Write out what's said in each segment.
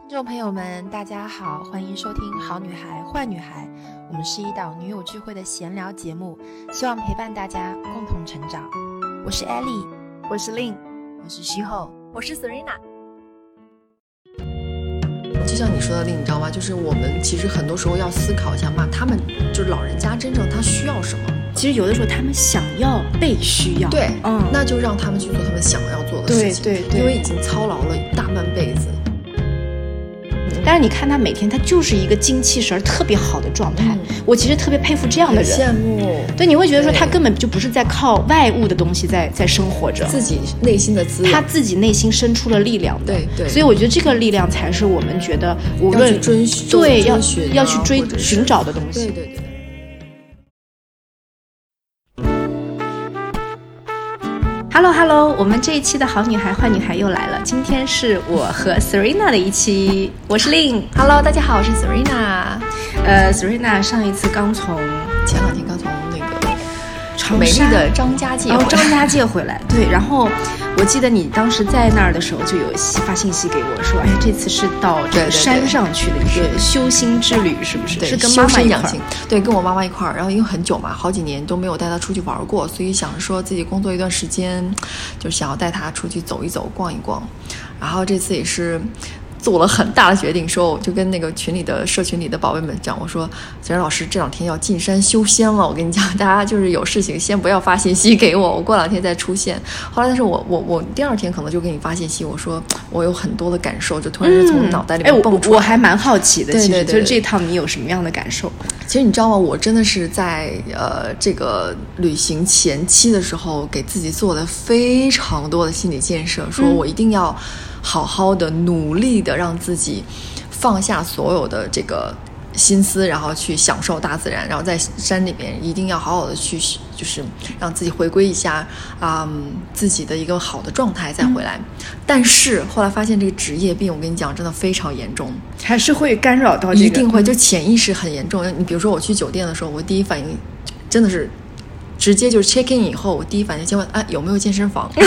听众朋友们大家好，欢迎收听好女孩坏女孩，我们是一档女友聚会的闲聊节目，希望陪伴大家共同成长。我是 Ellie， 我是 Lin， 我是徐后， 我是 Serena。 就像你说的 Lin， 你知道吗？就是我们其实很多时候要思考一下嘛，他们就是老人家真正他需要什么。 其实有的时候他们想要被需要， 对，那就让他们去做他们想要做的事情， 对， 因为已经操劳了大半辈子。 但是你看他每天，他就是一个精气神特别好的状态，我其实特别佩服这样的人， 很羡慕。 对，你会觉得说他根本就不是在靠外物的东西在生活着， 自己内心的滋养， 他自己内心生出了力量的。 对， 所以我觉得这个力量才是我们觉得无论要去寻找的东西。 对。 Hello， 我们这一期的好女孩坏女孩又来了。今天是我和 Serena 的一期，我是 Lin。Hello， 大家好，我是 Serena。 Serena 上一次前两天刚从那个美丽的张家界回来。对，然后我记得你当时在那儿的时候就有发信息给我说，哎，这次是到这个山上去的一个修心之旅，是不是？ 对， 是跟妈妈一块儿。 对，跟我妈妈一块儿。然后因为很久嘛，好几年都没有带她出去玩过，所以想说自己工作一段时间，就想要带她出去走一走、逛一逛。然后这次也是做了很大的决定，说我就跟那个社群里的宝贝们讲，我说小冉老师这两天要进山修仙了，我跟你讲，大家就是有事情先不要发信息给我，我过两天再出现。后来但是我第二天可能就给你发信息，我说我有很多的感受，就突然就从脑袋里面蹦出来。 我还蛮好奇的， 对， 其实就是这趟你有什么样的感受？ 其实你知道吗？我真的是在这个旅行前期的时候，给自己做了非常多的心理建设，说我一定要好好的努力的让自己放下所有的这个心思，然后去享受大自然，然后在山里面一定要好好的去，就是让自己回归一下自己的一个好的状态再回来。但是后来发现这个职业病，我跟你讲真的非常严重， 还是会干扰到一定会，就潜意识很严重。你比如说我去酒店的时候，我第一反应真的是直接就是 check in 以后，我第一反应先问有没有健身房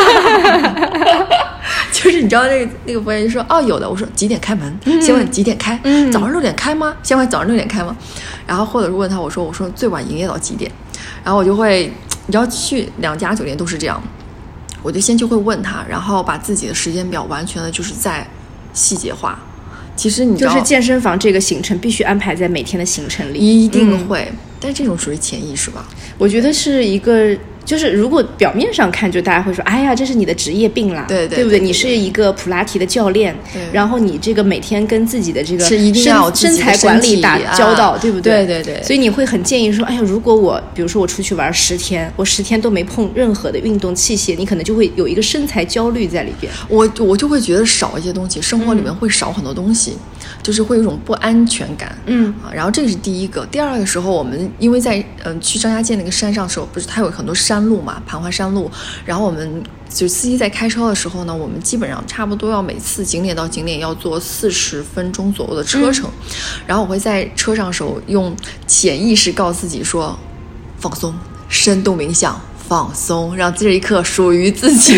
就是你知道那个服务员就说有的，我说几点开门，先问几点开，早上6点开吗？先问早上6点开吗？然后或者是问他，我说最晚营业到几点？然后我就会，你知道去2家酒店都是这样，我就先就会问他，然后把自己的时间表完全的就是在细节化。其实你知道， 就是健身房这个行程必须安排在每天的行程里， 一定会。但这种属于潜意识吧？ 我觉得是一个。就是如果表面上看，就大家会说，哎呀，这是你的职业病啦， 对不对？你是一个普拉提的教练，然后你这个每天跟自己的这个是一定要身材管理打交道，对不对？ 对。 所以你会很建议说，哎呀，如果比如说我出去玩10天，我10天都没碰任何的运动器械，你可能就会有一个身材焦虑在里边。 我就会觉得少一些东西，生活里面会少很多东西，就是会有一种不安全感。然后这个是第一个。第二个时候，我们因为在去张家界那个山上的时候，不是它有很多山路嘛，盘环山路，然后我们就司机在开车的时候呢，我们基本上差不多要每次景点到景点要坐40分钟左右的车程，然后我会在车上的时候用潜意识告诉自己说，放松，深度冥想，放松，让这一刻属于自己。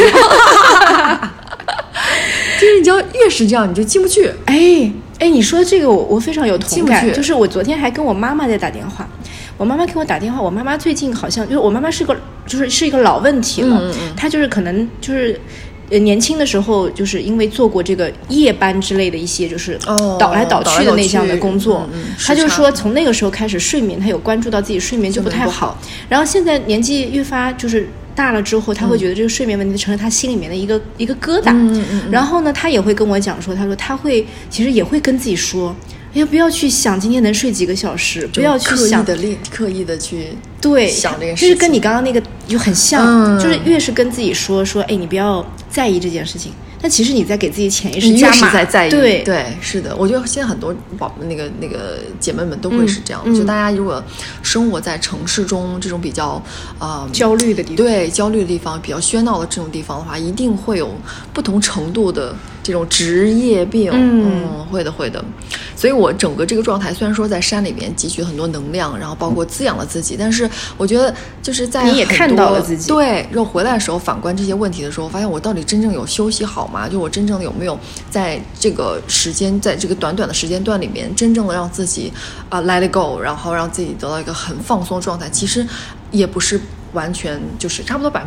就是你知道，越是这样你就进不去。 哎，你说这个我非常有同感，就是我昨天还跟我妈妈在打电话，我妈妈给我打电话，我妈妈最近好像就是我妈妈是一个老问题了，她就是可能就是年轻的时候就是因为做过这个夜班之类的一些就是倒来倒去的那样的工作，她就说从那个时候开始睡眠她有关注到自己睡眠就不太好，然后现在年纪越发就是大了之后，他会觉得这个睡眠问题成了他心里面的一个疙瘩。然后呢，他也会跟我讲说，他说他会其实也会跟自己说，哎呀，不要去想今天能睡几个小时，不要去想刻意的去想这件事情， 就是跟你刚刚那个就很像，就是越是跟自己说，哎，你不要在意这件事情。但其实你在给自己潜意识加码， 在意， 对， 是的。我觉得现在很多那个姐妹们都会是这样，就大家如果生活在城市中这种比较焦虑的地方， 对，焦虑的地方，比较喧闹的这种地方的话，一定会有不同程度的这种职业病，会的。 所以我整个这个状态虽然说在山里边汲取很多能量，然后包括滋养了自己，但是我觉得就是在你也看到了自己， 对，然后回来的时候反观这些问题的时候，发现我到底真正有休息好吗？就我真正的有没有在这个时间，在这个短短的时间段里面，真正的让自己let it go， 然后让自己得到一个很放松的状态，其实也不是完全，就是差不多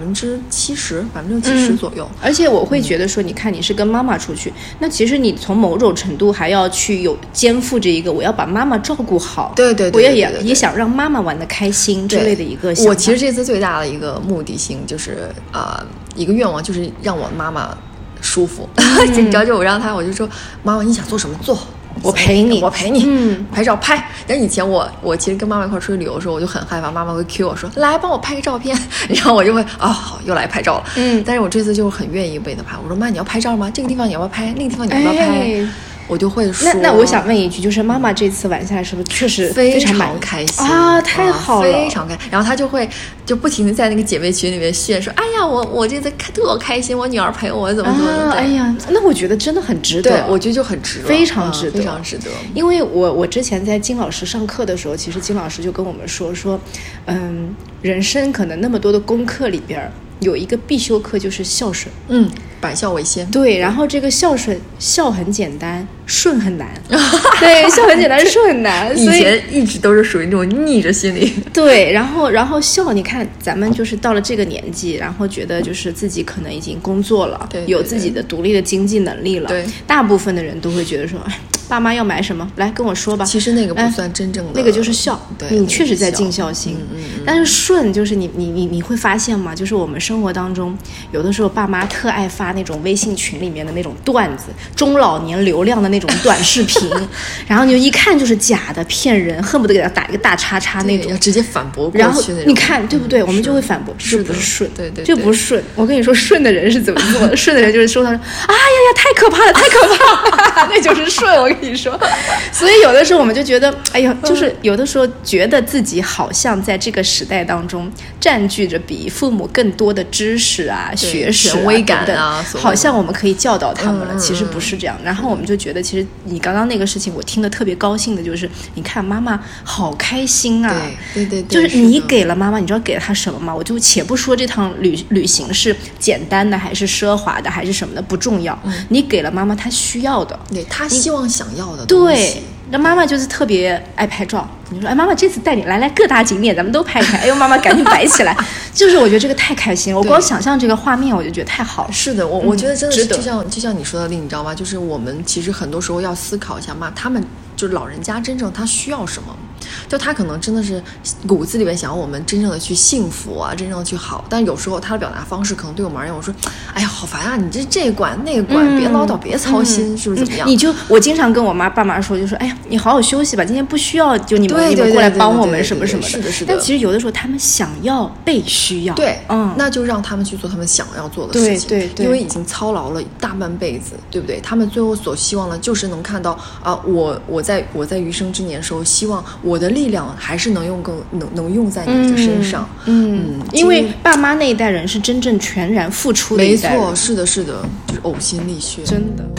70%左右。 而且我会觉得说，你看你是跟妈妈出去，那其实你从某种程度还要去肩负着一个我要把妈妈照顾好， 对，我也想让妈妈玩得开心之类的一个想法。 我其实这次最大的一个目的性就是一个愿望，就是让我妈妈舒服。你知道，就我就说，妈妈你想做什么做。 我陪你， 拍照拍。但以前我其实跟妈妈一块出去旅游的时候，我就很害怕妈妈会 cue 我说来帮我拍个照片，然后我就会好又来拍照了。但是我这次就很愿意为她拍。我说妈你要拍照吗？这个地方你要不要拍？那个地方你要不要拍？我就会说。 那我想问一句，就是妈妈这次玩下来是不是确实非常开心啊？太好了， 非常开心。然后她就不停的在那个姐妹群里面炫说，哎呀我这次特开心，我女儿陪我怎么的。 哎呀，那我觉得真的很值得。 对，我觉得就很值得， 非常值得， 非常值得。 因为我之前在金老师上课的时候，其实金老师就跟我们说，人生可能那么多的功课里边有一个必修课就是孝顺。 百孝为先。 对，然后这个孝很简单，顺很难。对，孝很简单，顺很难。 以前一直都是属于那种逆着心理。 对，然后孝，你看咱们就是到了这个年纪，然后觉得就是自己可能已经工作了， 对， 有自己的独立的经济能力了。 对， 大部分的人都会觉得说，爸妈要买什么，来跟我说吧。 其实那个不算真正的， 那个就是孝。 对， 你确实在尽孝心。但是顺就是你会发现嘛，就是我们生活当中有的时候爸妈特爱发那种微信群里面的那种段子，中老年流量的那种短视频，然后你就一看就是假的，骗人，恨不得给他打一个大叉叉那种， 要直接反驳过去那种。 然后你看对不对？我们就会反驳，这不是顺， 对， 这不是顺。我跟你说，顺的人是怎么做的？顺的人就是说他说，哎呀，太可怕了，太可怕了，那就是顺。我跟你说，所以有的时候我们就觉得，哎呀，就是有的时候觉得自己好像在这个时代当中占据着比父母更多的知识学识权威感好像我们可以教导他们了。其实不是这样。然后我们就觉得，其实你刚刚那个事情，我听得特别高兴的就是，你看妈妈好开心啊！ 对， 就是你给了妈妈，你知道给了她什么吗？我就且不说这趟旅行是简单的还是奢华的还是什么的，不重要。你给了妈妈她需要的， 对她希望想要的东西。 对。那妈妈就是特别爱拍照，你说妈妈这次带你来各大景点咱们都拍一拍，哎呦妈妈赶紧摆起来。就是我觉得这个太开心了，我光想象这个画面我就觉得太好了。 是的，我觉得真的是就像你说的，你知道吗？就是我们其实很多时候要思考一下他们就是老人家真正他需要什么。就他可能真的是骨子里面想要我们真正的去幸福真正的去好，但有时候他的表达方式可能对我们而言，我说哎呀好烦啊，你这管那个管，别唠叨，别操心，是不是怎么样？ 我经常跟我爸妈说，就说哎呀你好好休息吧，今天不需要就你们过来帮我们什么什么的。 是的。 但其实有的时候他们想要被需要， 对，那就让他们去做他们想要做的事情。 对， 因为已经操劳了大半辈子，对不对？他们最后所希望的就是能看到我在余生之年的时候，希望我的力量还是能用在你的身上。 因为爸妈那一代人是真正全然付出的一代人。 没错，是的，就是呕心沥血， 真的。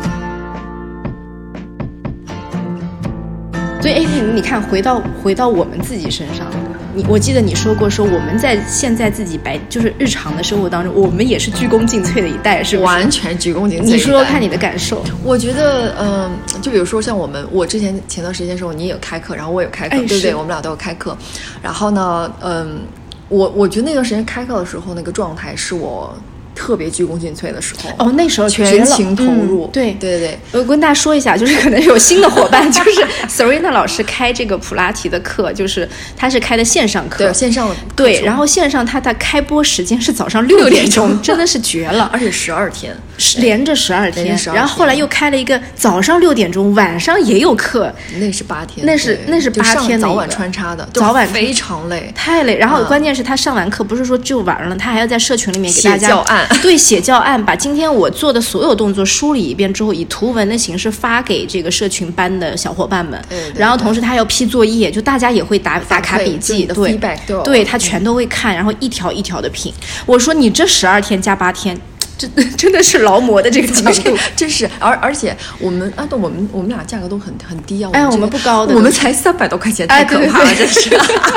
所以你看回到我们自己身上，我记得你说过，说我们在现在自己就是日常的生活当中，我们也是鞠躬尽瘁的一代，是不是？ 完全鞠躬尽瘁。 你说说看你的感受。 我觉得就比如说像我前段时间的时候，你也有开课，然后我也有开课，对不对？我们俩都有开课。然后呢我觉得那段时间开课的时候，那个状态是我特别鞠躬尽瘁的时候。 那时候全情投入。 对。 我跟大家说一下，就是可能有新的伙伴，就是 Serena 老师开这个普拉提的课，就是他是开的线上课。 对，线上的。 对，然后线上他的开播时间是早上6点钟，真的是绝了， 而且12天， 连着12天。然后后来又开了一个早上6点钟，晚上也有课。 那是8天。 那是8天的早晚穿插的， 早晚非常累， 太累。然后关键是他上完课不是说就完了，他还要在社群里面给大家写教案。 对，写教案，把今天我做的所有动作梳理一遍之后，以图文的形式发给这个社群班的小伙伴们。 对。 然后同时他要批作业，就大家也会打卡笔记。 对， 他全都会看，然后一条一条的评。我说你这12天加8天。 真的是劳模的这个角度， 真是。而且我们俩价格都很低啊。 我们不高的， 我们才300多块钱，太可怕了，真是。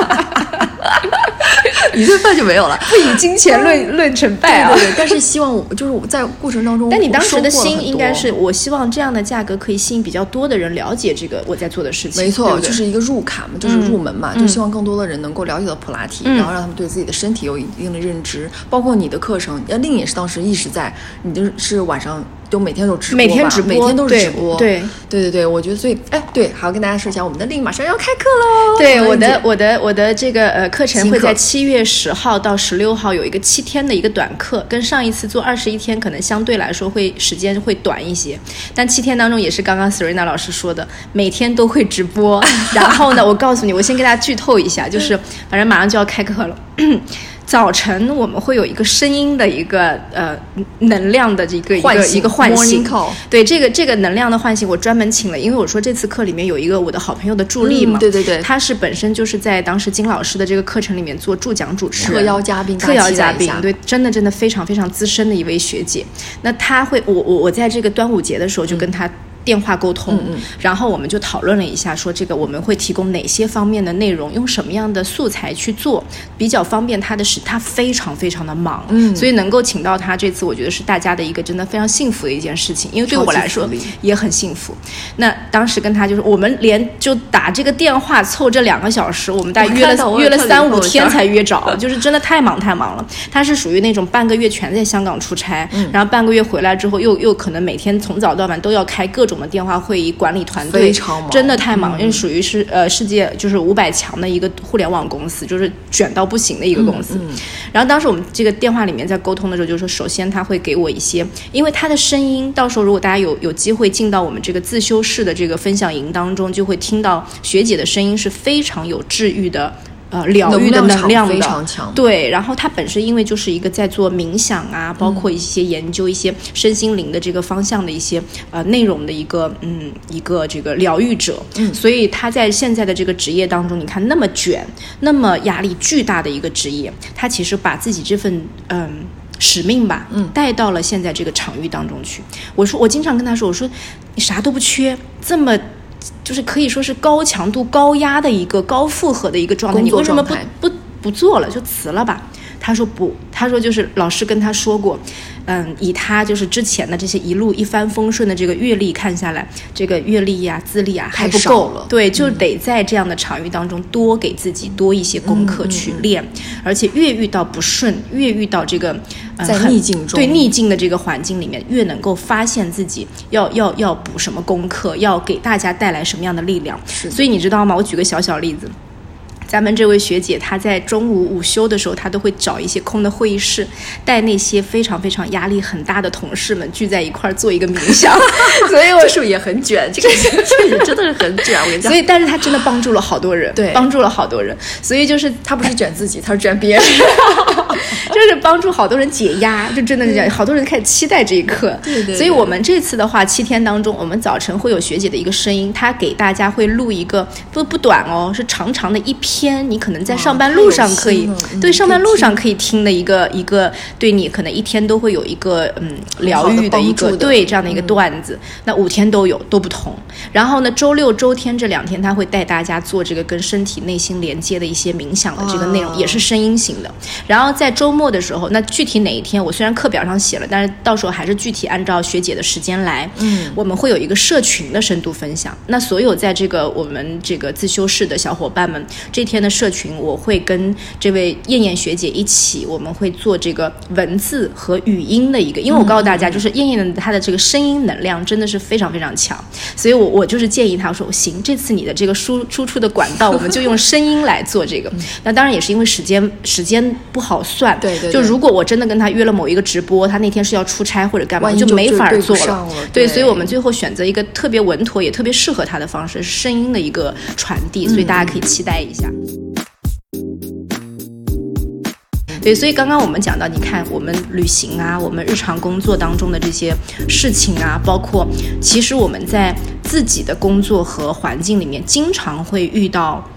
一顿饭就没有了， 不以金钱论成败啊！ 对，但是希望就是我在过程当中， 但你当时的心应该是，我希望这样的价格可以吸引比较多的人了解这个我在做的事情。 没错，就是一个入卡嘛，就是入门嘛，就希望更多的人能够了解到普拉提，然后让他们对自己的身体有一定的认知。包括你的课程，令也是当时一直在，你就是晚上都每天都直播， 每天都是直播，对，我觉得所以对，还要跟大家说一下，我们的令马上要开课喽。 对，我的这个课程会在7月10号到16号有一个7天的一个短课，跟上一次做21天可能相对来说时间会短一些，但7天当中也是刚刚 Serena 老师说的，每天都会直播。然后呢，我告诉你，我先给大家剧透一下，就是反正马上就要开课了。早晨我们会有一个声音的一个能量的一个唤醒，对，这个能量的唤醒我专门请了，因为我说这次课里面有一个我的好朋友的助力嘛， 对， 他是本身就是在当时金老师的这个课程里面做助讲主持人， 特邀嘉宾， 对，真的非常非常资深的一位学姐。那他会我在这个端午节的时候就跟他电话沟通，然后我们就讨论了一下，说这个我们会提供哪些方面的内容，用什么样的素材去做比较方便他的事。他非常非常的忙，所以能够请到他，这次我觉得是大家的一个真的非常幸福的一件事情，因为对我来说也很幸福。那当时跟他就是我们连就打这个电话凑这2个小时，我们大概约了3-5天才约着，就是真的太忙了。他是属于那种半个月全在香港出差，然后半个月回来之后又可能每天从早到晚都要开各种的电话会议，管理团队非常忙， 真的太忙，因为属于是世界就是500强的一个互联网公司，就是卷到不行的一个公司。然后当时我们这个电话里面在沟通的时候，就是说首先他会给我一些，因为他的声音到时候如果大家有机会进到我们这个自修室的这个分享营当中，就会听到学姐的声音是非常有治愈的疗愈的能量的， 非常强。 对，然后他本身因为就是一个在做冥想啊，包括一些研究一些身心灵的这个方向的一些内容的一个这个疗愈者，所以他在现在的这个职业当中，你看那么卷，那么压力巨大的一个职业，他其实把自己这份使命吧，带到了现在这个场域当中去。我经常跟他说，我说你啥都不缺，这么。就是可以说是高强度高压的一个高负荷的一个状态，你为什么不做了就辞了吧？他说不，他说就是老师跟他说过，以他就是之前的这些一路一帆风顺的这个阅历看下来，这个阅历啊资历啊还不够了，对，就得在这样的场域当中多给自己多一些功课去练，而且越遇到不顺，越遇到这个在逆境中， 对逆境的这个环境里面，越能够发现自己要补什么功课，要给大家带来什么样的力量。所以你知道吗？我举个小例子。咱们这位学姐她在中午午休的时候，她都会找一些空的会议室，带那些非常非常压力很大的同事们聚在一块儿做一个冥想。所以我说也很卷，这个也真的是很卷，我跟你讲。 所以但是她真的帮助了好多人，对，帮助了好多人。所以就是她不是卷自己，她是卷别人。 就是帮助好多人解压，就真的是这样，好多人开始期待这一刻。 对， 所以我们这次的话7天当中，我们早晨会有学姐的一个声音，她给大家会录一个不短哦，是长长的一篇，你可能在上班路上可以，对，上班路上可以听的一个对你可能一天都会有一个疗愈的一个对这样的一个段子。那5天都有，都不同。然后呢，周6周天这2天，他会带大家做这个跟身体内心连接的一些冥想的这个内容，也是声音型的。然后在周末的时候，那具体哪一天我虽然课表上写了，但是到时候还是具体按照学姐的时间来。我们会有一个社群的深度分享。那所有在这个我们这个自修室的小伙伴们，这天的社群我会跟这位燕燕学姐一起，我们会做这个文字和语音的一个，因为我告诉大家，就是燕燕她的这个声音能量真的是非常非常强，所以我就是建议她，我说行，这次你的这个输出的管道，我们就用声音来做这个。那当然也是因为时间不好算， 对， 就如果我真的跟他约了某一个直播，他那天是要出差或者干嘛，就没法做了。对，所以我们最后选择一个特别稳妥也特别适合他的方式，是声音的一个传递，所以大家可以期待一下。对，所以刚刚我们讲到，你看我们旅行啊，我们日常工作当中的这些事情啊，包括其实我们在自己的工作和环境里面经常会遇到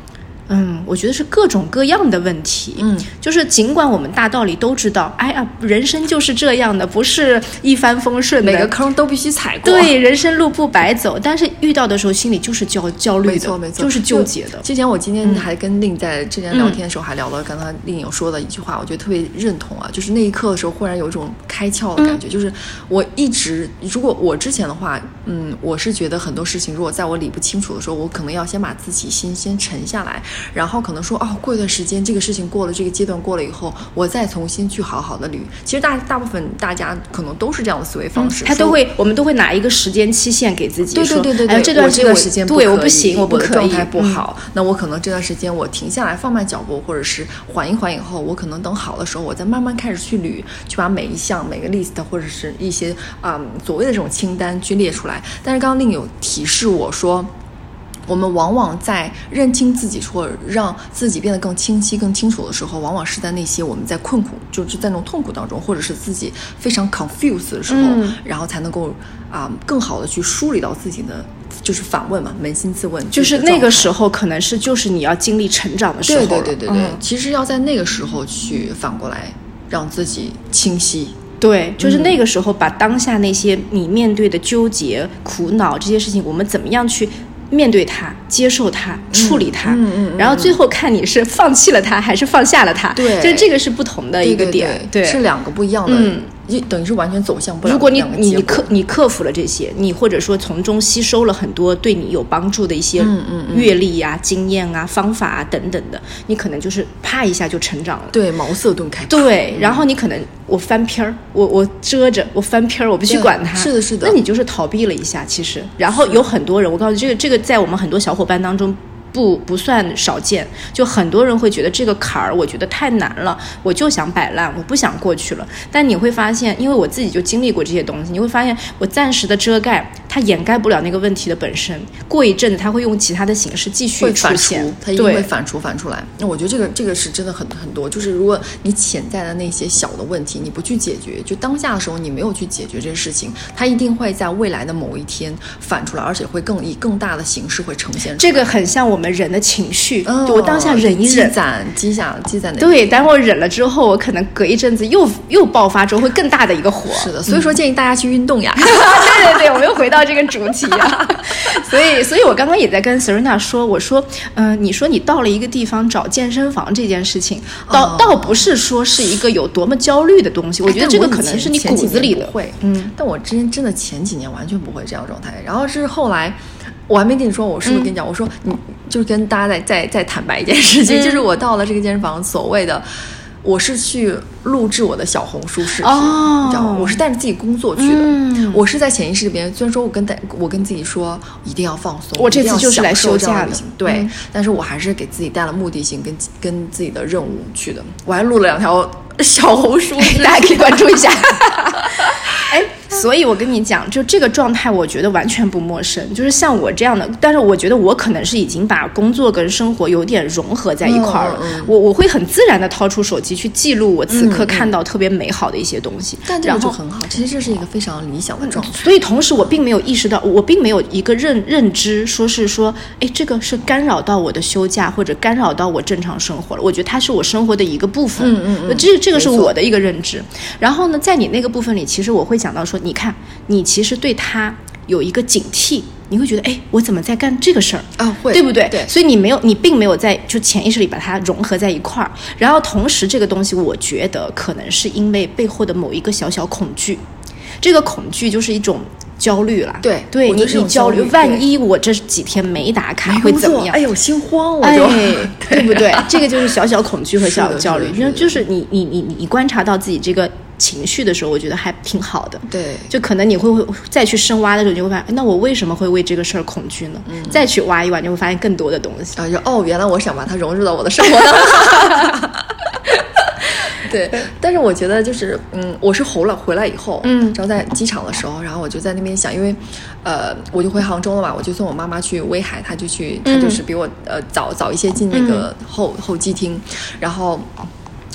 我觉得是各种各样的问题。就是尽管我们大道理都知道，哎呀，人生就是这样的，不是一帆风顺的， 每个坑都必须踩过。 对，人生路不白走，但是遇到的时候心里就是焦虑的， 没错， 就是纠结的。 之前我今天还跟令在之前聊天的时候还聊了刚刚令有说的一句话，我觉得特别认同啊，就是那一刻的时候忽然有一种开窍的感觉。就是我一直，如果我之前的话，我是觉得很多事情如果在我理不清楚的时候，我可能要先把自己心先沉下来，然后可能说过一段时间这个事情过了，这个阶段过了以后，我再重新去好好的捋。其实大部分大家可能都是这样的思维方式， 我们都会拿一个时间期限给自己， 对， 这段时间对我不行，我不可以， 我的状态不好，那我可能这段时间我停下来放慢脚步，或者是缓一缓以后，我可能等好的时候我再慢慢开始去捋，去把每一项每个 list 或者是一些所谓的这种清单去列出来。但是刚刚另有提示我说，我们往往在认清自己或者让自己变得更清晰更清楚的时候，往往是在那些我们在困苦，就是在那种痛苦当中，或者是自己非常 confused 的时候，然后才能够更好的去梳理到自己的就是反问嘛，扪心自问， 就是那个时候可能就是你要经历成长的时候了。 对，其实要在那个时候去反过来让自己清晰。 对，就是那个时候把当下那些你面对的纠结苦恼这些事情，我们怎么样去面对它，接受它，处理它，然后最后看你是放弃了它还是放下了它。 对， 就是这个是不同的一个点。 对，是两个不一样的，等于是完全走向不了。 如果你克服了这些，你或者说从中吸收了很多对你有帮助的一些阅历啊、经验啊、方法啊等等的，你可能就是啪一下就成长了。 对，茅塞顿开。 对，然后你可能我翻篇儿，我遮着，我翻篇儿，我不去管它。 是的。 那你就是逃避了一下，其实。然后有很多人，我告诉你，这个在我们很多小伙伴当中不算少见，就很多人会觉得这个坎儿我觉得太难了，我就想摆烂，我不想过去了。但你会发现，因为我自己就经历过这些东西，你会发现我暂时的遮盖它掩盖不了那个问题的本身，过一阵子它会用其他的形式继续出现， 它一定会反出来。那我觉得这个是真的很多，就是如果你潜在的那些小的问题你不去解决，就当下的时候你没有去解决这个事情，它一定会在未来的某一天反出来，而且会以更大的形式会呈现出来。 这个很像我们人的情绪，就我当下忍一忍， 积攒的。 对，但我忍了之后，我可能隔一阵子又爆发之后会更大的一个火。 是的，所以说建议大家去运动呀。 对，我们又回到这个主题啊。所以我刚刚也在跟 Serena 说，我说，你说你到了一个地方找健身房这件事情，倒不是说是一个有多么焦虑的东西，我觉得这个可能是你骨子里的。 会，但我真的前几年完全不会这样状态，然后是后来。我还没跟你说，我是不是跟你讲？我说你就是跟大家再坦白一件事情，就是我到了这个健身房，所谓的我是去录制我的小红书视频，你知道吗？我是带着自己工作去的，我是在潜意识里边，虽然说我跟自己说一定要放松， 我这次就是来休假的， 对，但是我还是给自己带了目的性跟自己的任务去的，我还录了2条小红书， 大家可以关注一下。所以我跟你讲，就这个状态我觉得完全不陌生，就是像我这样的，但是我觉得我可能是已经把工作跟生活有点融合在一块儿了，我会很自然的掏出手机去记录我此刻看到特别美好的一些东西， 但这个就很好，其实这是一个非常理想的状态。 所以同时我并没有意识到，我并没有一个认知说这个是干扰到我的休假或者干扰到我正常生活了，我觉得它是我生活的一个部分，这个是我的一个认知。然后呢，在你那个部分里，其实我会讲到说，你看你其实对他有一个警惕，你会觉得我怎么在干这个事儿啊？会， 对不对？对，所以你并没有在就潜意识里把它融合在一块儿。然后同时这个东西，我觉得可能是因为背后的某一个小小恐惧，这个恐惧就是一种焦虑了。 对， 你焦虑，万一我这几天没打卡会怎么样？ 我心慌，我就对不对？这个就是小小恐惧和小小焦虑。就是你观察到自己这个情绪的时候，我觉得还挺好的。 对， 就可能你会再去深挖的时候，你会发现，那我为什么会为这个事儿恐惧呢？再去挖一挖，你会发现更多的东西。 原来我想把它融入到我的生活当中。对，但是我觉得就是我是回来以后，然后在机场的时候，然后我就在那边想，因为我就回杭州了嘛，我就送我妈妈去威海，她就是比我早一些进那个候机厅，然后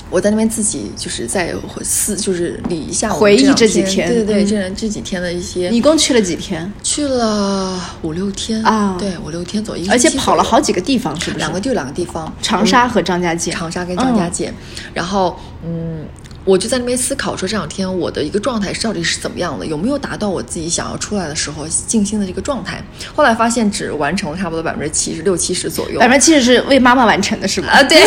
我在那边自己就是就是理一下回忆这几天， 对，这几天的一些。 你一共去了几天？ 去了5-6天啊，对，5-6天左右， 而且跑了好几个地方，是不是？ 两个地方， 长沙和张家界， 长沙跟张家界，然后我就在那边思考说这2天我的一个状态到底是怎么样的，有没有达到我自己想要出来的时候静心的这个状态。后来发现只完成了差不多60%-70%左右。 70%是为妈妈完成的是吗？ 啊，对。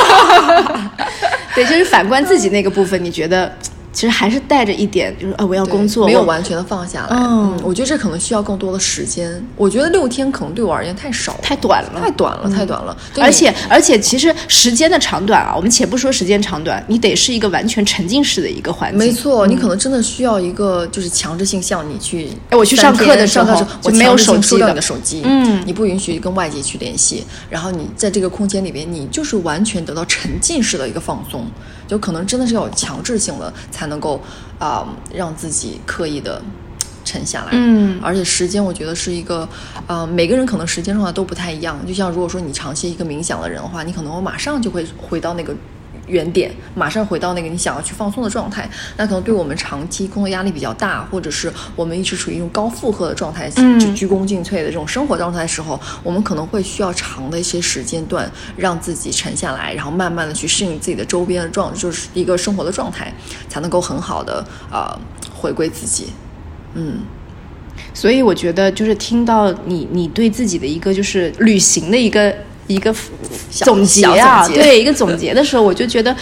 对，就是反观自己那个部分，你觉得其实还是带着一点，就是我要工作， 没有完全的放下来。我觉得这可能需要更多的时间。我觉得6天可能对我而言太少了， 太短了。而且其实时间的长短啊，我们且不说时间长短，你得是一个完全沉浸式的一个环境。 没错，你可能真的需要一个就是强制性，像你去， 我去上课的时候， 我没有手机的，你的手机，你不允许跟外界去联系，然后你在这个空间里边，你就是完全得到沉浸式的一个放松。就可能真的是要有强制性的才能够让自己刻意的沉下来。而且时间我觉得是一个每个人可能时间上都不太一样。就像如果说你长期一个冥想的人的话，你可能马上就会回到那个原点，马上回到那个你想要去放松的状态。那可能对我们长期工作压力比较大，或者是我们一直处于一种高负荷的状态，鞠躬尽瘁的这种生活状态的时候，我们可能会需要长的一些时间段让自己沉下来，然后慢慢的去适应自己的周边的就是一个生活的状态，才能够很好的回归自己。 所以我觉得就是听到你对自己的一个就是旅行的一个总结啊，对，一个总结的时候，我就觉得，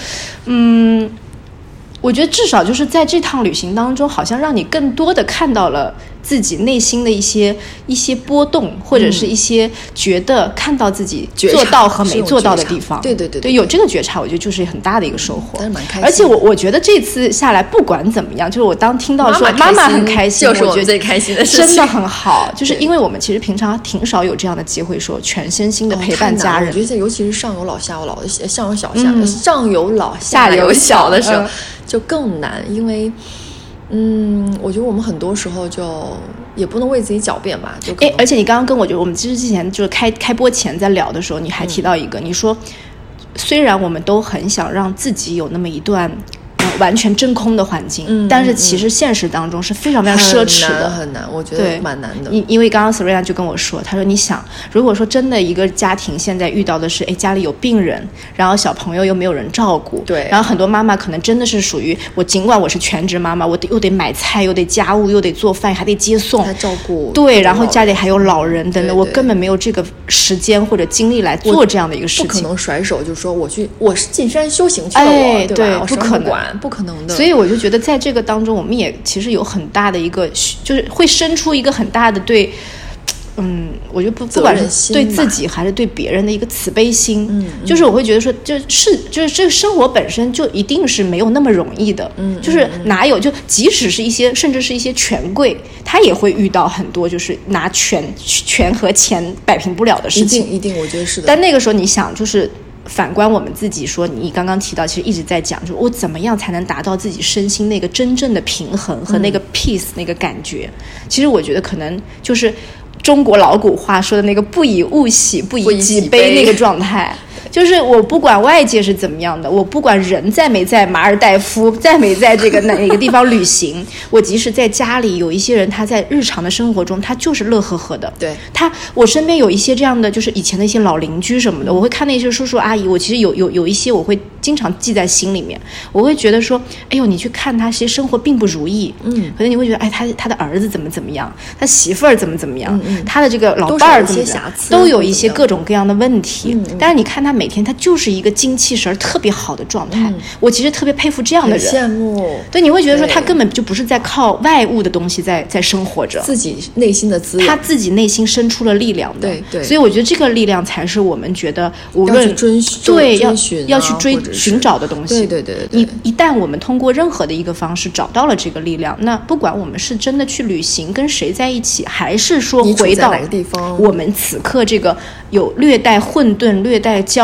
我觉得至少就是在这趟旅行当中，好像让你更多的看到了自己内心的一些波动，或者是一些觉得看到自己做到和没做到的地方。对，有这个觉察，我觉得就是很大的一个收获。 蛮开心。 而且我觉得这次下来，不管怎么样，就是我当听到说妈妈很开心， 就是我最开心的事情， 真的很好。就是因为我们其实平常挺少有这样的机会，说全身心的陪伴家人。 我觉得尤其是上有老下有老的，上有老下有小的时候，就更难，因为。我觉得我们很多时候就也不能为自己狡辩吧。 而且你刚刚跟我们其实之前就是开播前在聊的时候，你还提到一个，你说虽然我们都很想让自己有那么一段完全真空的环境，但是其实现实当中是非常非常奢侈的， 很难，我觉得蛮难的。 因为刚刚 Serena 就跟我说，他说你想，如果说真的一个家庭现在遇到的是，家里有病人，然后小朋友又没有人照顾， 对， 然后很多妈妈可能真的是属于我，尽管我是全职妈妈，我又得买菜，又得家务，又得做饭，还得接送， 还照顾， 对，然后家里还有老人等等，我根本没有这个时间或者精力来做这样的一个事情， 不可能甩手就说我是进山修行去了， 对， 不可能，不可能的。 所以我就觉得在这个当中，我们也其实有很大的一个，就是会生出一个很大的对，我觉得不管是对自己还是对别人的一个慈悲心，就是我会觉得说，就是这个生活本身就一定是没有那么容易的，就是哪有就即使是一些甚至是一些权贵，他也会遇到很多就是拿权和钱摆平不了的事情， 一定，我觉得是的。 但那个时候你想就是。反观我们自己说，你刚刚提到其实一直在讲，就是我怎么样才能达到自己身心那个真正的平衡和那个 peace 那个感觉，其实我觉得可能就是中国老古话说的那个不以物喜，不以己悲那个状态。就是我不管外界是怎么样的，我不管人在没在马尔代夫，在没在这个哪个地方旅行，我即使在家里，有一些人他在日常的生活中他就是乐呵呵的。对，我身边有一些这样的，就是以前的一些老邻居什么的，我会看那些叔叔阿姨，我其实有一些我会经常记在心里面，我会觉得说，哎呦，你去看他，其实生活并不如意，可能你会觉得，哎，他的儿子怎么样，他媳妇儿怎么样，他的这个老伴儿怎么样，都有一些各种各样的问题，但是你看他每天他就是一个精气神特别好的状态，我其实特别佩服这样的人， 羡慕。 对，你会觉得说他根本就不是在靠外物的东西在生活着， 自己内心的滋养， 他自己内心生出了力量的。对，所以我觉得这个力量才是我们觉得无论要去寻找的东西。 对， 一旦我们通过任何的一个方式找到了这个力量，那不管我们是真的去旅行跟谁在一起，还是说回到哪个地方， 我们此刻这个有略带混沌略带焦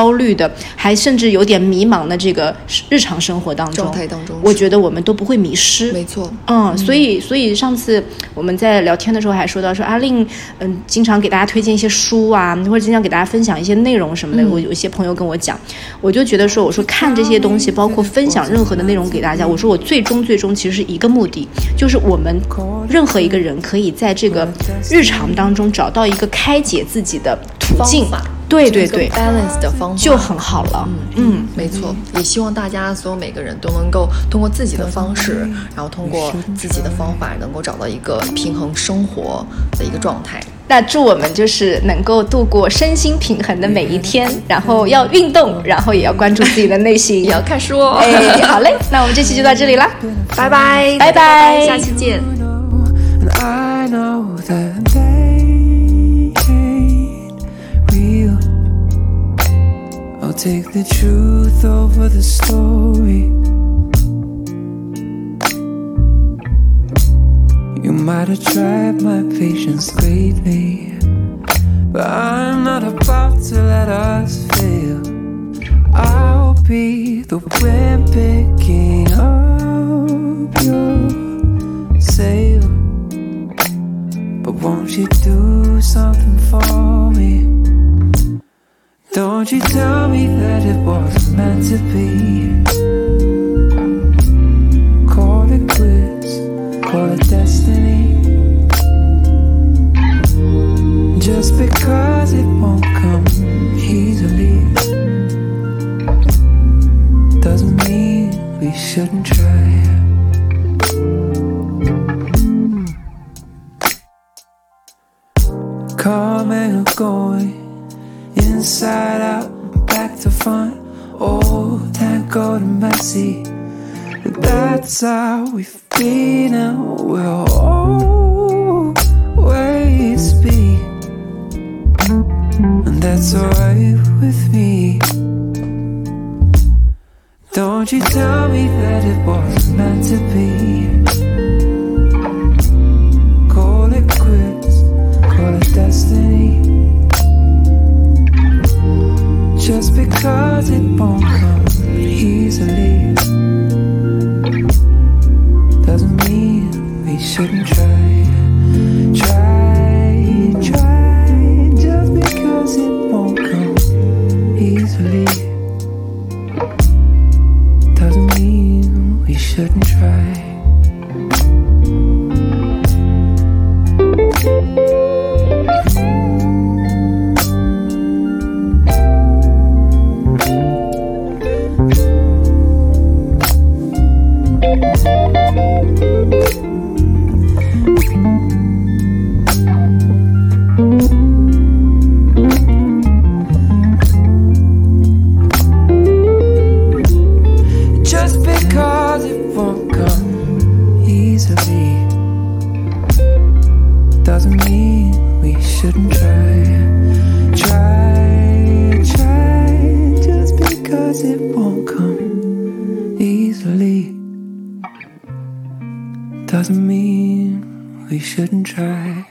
焦虑的，还甚至有点迷茫的这个日常生活当中状态当中， 我觉得我们都不会迷失。 没错， 所以上次我们在聊天的时候还说到说阿令经常给大家推荐一些书啊，或者经常给大家分享一些内容什么的。我有一些朋友跟我讲，我就觉得说，我说看这些东西，包括分享任何的内容给大家，我说我最终其实是一个目的，就是我们任何一个人可以在这个日常当中找到一个开解自己的途径。对对对 balance 的方法就很好了。 没错，也希望大家所有每个人都能够通过自己的方式，然后通过自己的方法，能够找到一个平衡生活的一个状态。 那祝我们就是能够度过身心平衡的每一天，然后要运动，然后也要关注自己的内心， 也要看书哦。 好嘞，那我们这期就到这里啦， 拜拜， 拜拜， 下期见。 I'll take the truth over the story. You might have tried my patience greatly, but I'm not about to let us fail. I'll be the wind picking up your sail, but won't you do something for me? Don't you tell me that it wasn't meant to be. Call it quits, call it destiny. Just because it won't come easily doesn't mean we shouldn't try. Coming or going, inside out, back to front, old tango to messy. That's how we've been and we'll always be. And that's alright with me. Don't you tell me that it wasn't meant to be. Call it quits, call it destiny. Just because it won't come easily doesn't mean we shouldn't try. Try, try. Just because it won't come easily doesn't mean we shouldn't try. Just because it won't come easily doesn't mean we shouldn't try. Try, try. Just because it won't come easily doesn't mean we shouldn't try.